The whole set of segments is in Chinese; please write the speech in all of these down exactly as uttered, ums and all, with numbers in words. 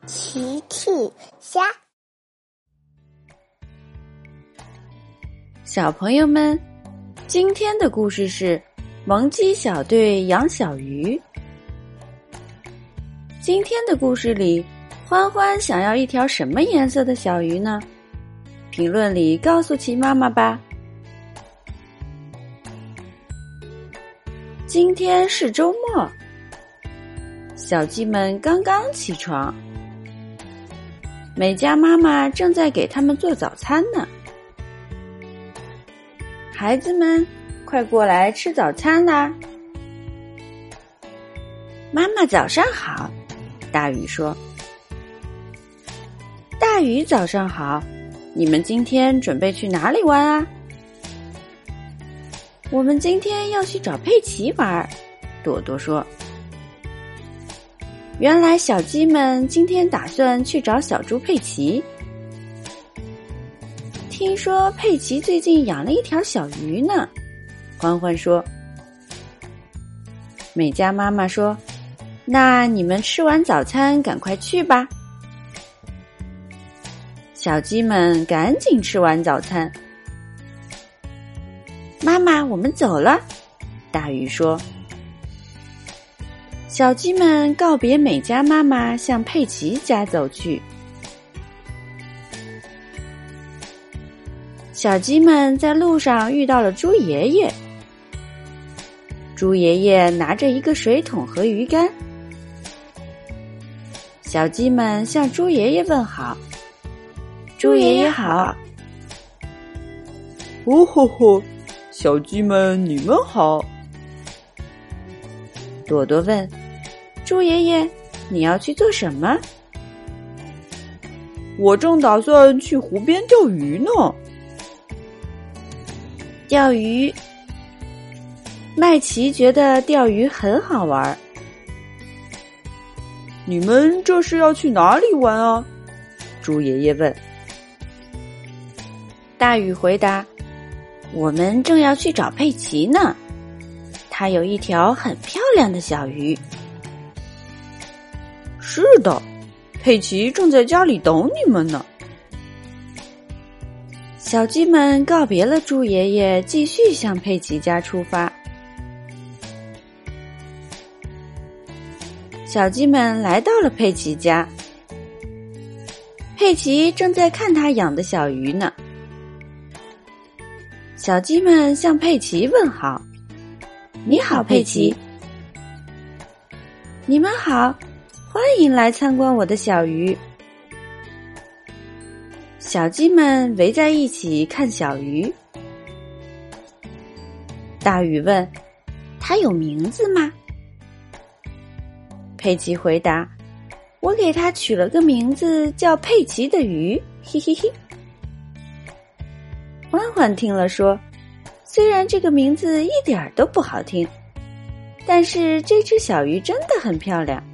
奇趣虾。 小朋友们，今天的故事是萌鸡小队养小鱼。今天的故事里，欢欢想要一条什么颜色的小鱼呢？评论里告诉奇妈妈吧。今天是周末，小鸡们刚刚起床，每家妈妈正在给他们做早餐呢。孩子们，快过来吃早餐啦！妈妈早上好，大鱼说。大鱼早上好，你们今天准备去哪里玩啊？我们今天要去找佩奇玩，朵朵说。原来小鸡们今天打算去找小猪佩奇。听说佩奇最近养了一条小鱼呢，欢欢说。美嘉妈妈说，那你们吃完早餐赶快去吧。小鸡们赶紧吃完早餐。妈妈，我们走了，大鱼说。小鸡们告别美嘉妈妈，向佩奇家走去。小鸡们在路上遇到了猪爷爷。猪爷爷拿着一个水桶和鱼竿。小鸡们向猪爷爷问好。猪爷爷好。 哦吼吼，小鸡们你们好。 朵朵问，猪爷爷，你要去做什么？ 我正打算去湖边钓鱼呢。 钓鱼。麦琪觉得钓鱼很好玩。 你们这是要去哪里玩啊？猪爷爷问。 大鱼回答，我们正要去找佩奇呢，他有一条很漂亮的小鱼。 是的，佩奇正在家里等你们呢。 小鸡们告别了猪爷爷，继续向佩奇家出发。小鸡们来到了佩奇家，佩奇正在看他养的小鱼呢。小鸡们向佩奇问好。你好，佩奇。你们好，欢迎来参观我的小鱼。小鸡们围在一起看小鱼。大鱼问，它有名字吗？佩奇回答，我给它取了个名字叫佩奇的鱼，嘿嘿嘿。欢欢听了说，虽然这个名字一点儿都不好听，但是这只小鱼真的很漂亮。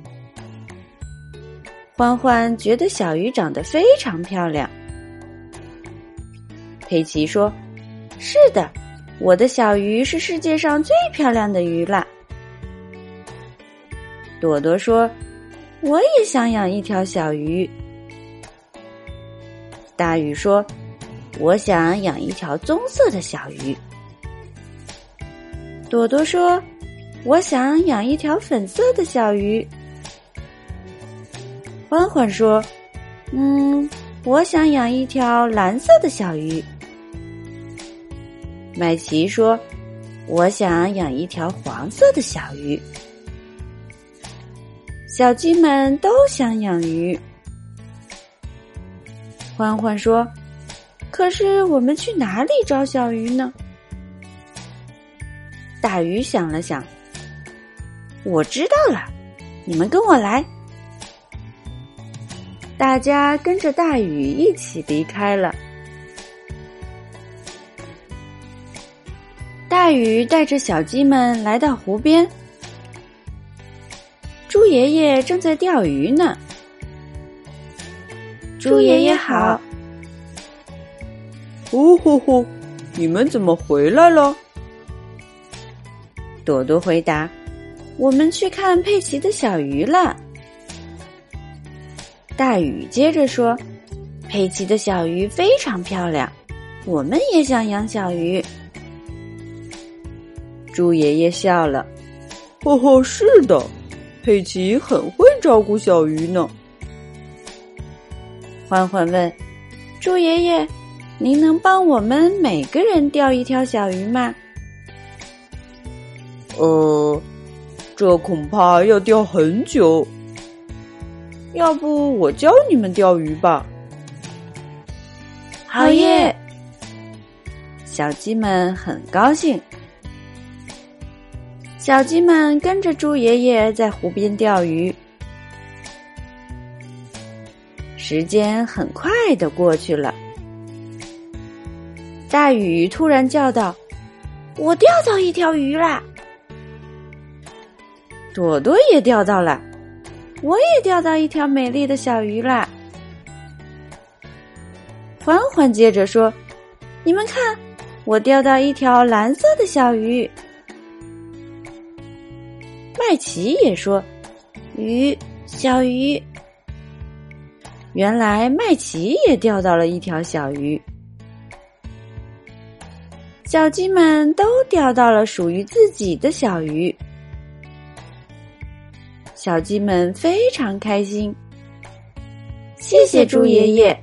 欢欢觉得小鱼长得非常漂亮。佩奇说，是的，我的小鱼是世界上最漂亮的鱼了。朵朵说，我也想养一条小鱼。大鱼说，我想养一条棕色的小鱼。朵朵说，我想养一条粉色的小鱼。欢欢说，嗯，我想养一条蓝色的小鱼。麦琪说，我想养一条黄色的小鱼。小鸡们都想养鱼。欢欢说，可是我们去哪里找小鱼呢？大鱼想了想，我知道了，你们跟我来。大家跟着大鱼一起离开了。大鱼带着小鸡们来到湖边，猪爷爷正在钓鱼呢。猪爷爷好。 哦吼吼，你们怎么回来了？ 朵朵回答，我们去看佩奇的小鱼了。 大雨接着说：“佩奇的小鱼非常漂亮，我们也想养小鱼。” 猪爷爷笑了：“哦吼，是的，佩奇很会照顾小鱼呢。” 欢欢问：“猪爷爷，您能帮我们每个人钓一条小鱼吗？” 呃，这恐怕要钓很久。要不我教你们钓鱼吧？ 好耶！小鸡们很高兴。小鸡们跟着猪爷爷在湖边钓鱼。时间很快的过去了。大雨突然叫道：“我钓到一条鱼啦！”朵朵也钓到了，我也钓到一条美丽的小鱼啦。欢欢接着说：“你们看，我钓到一条蓝色的小鱼。”麦琪也说：“鱼，小鱼。”原来麦琪也钓到了一条小鱼。小鸡们都钓到了属于自己的小鱼。小鸡们非常开心。谢谢猪爷爷。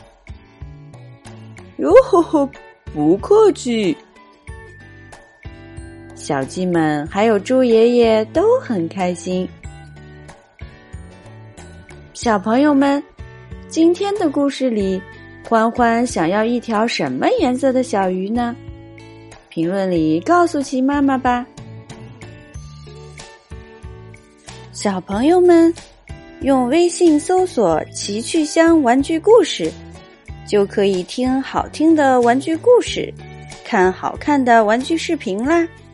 哟呵呵，不客气。 小鸡们还有猪爷爷都很开心。小朋友们，今天的故事里，欢欢想要一条什么颜色的小鱼呢？评论里告诉奇妈妈吧。小朋友们，用微信搜索奇趣箱玩具故事，就可以听好听的玩具故事，看好看的玩具视频啦。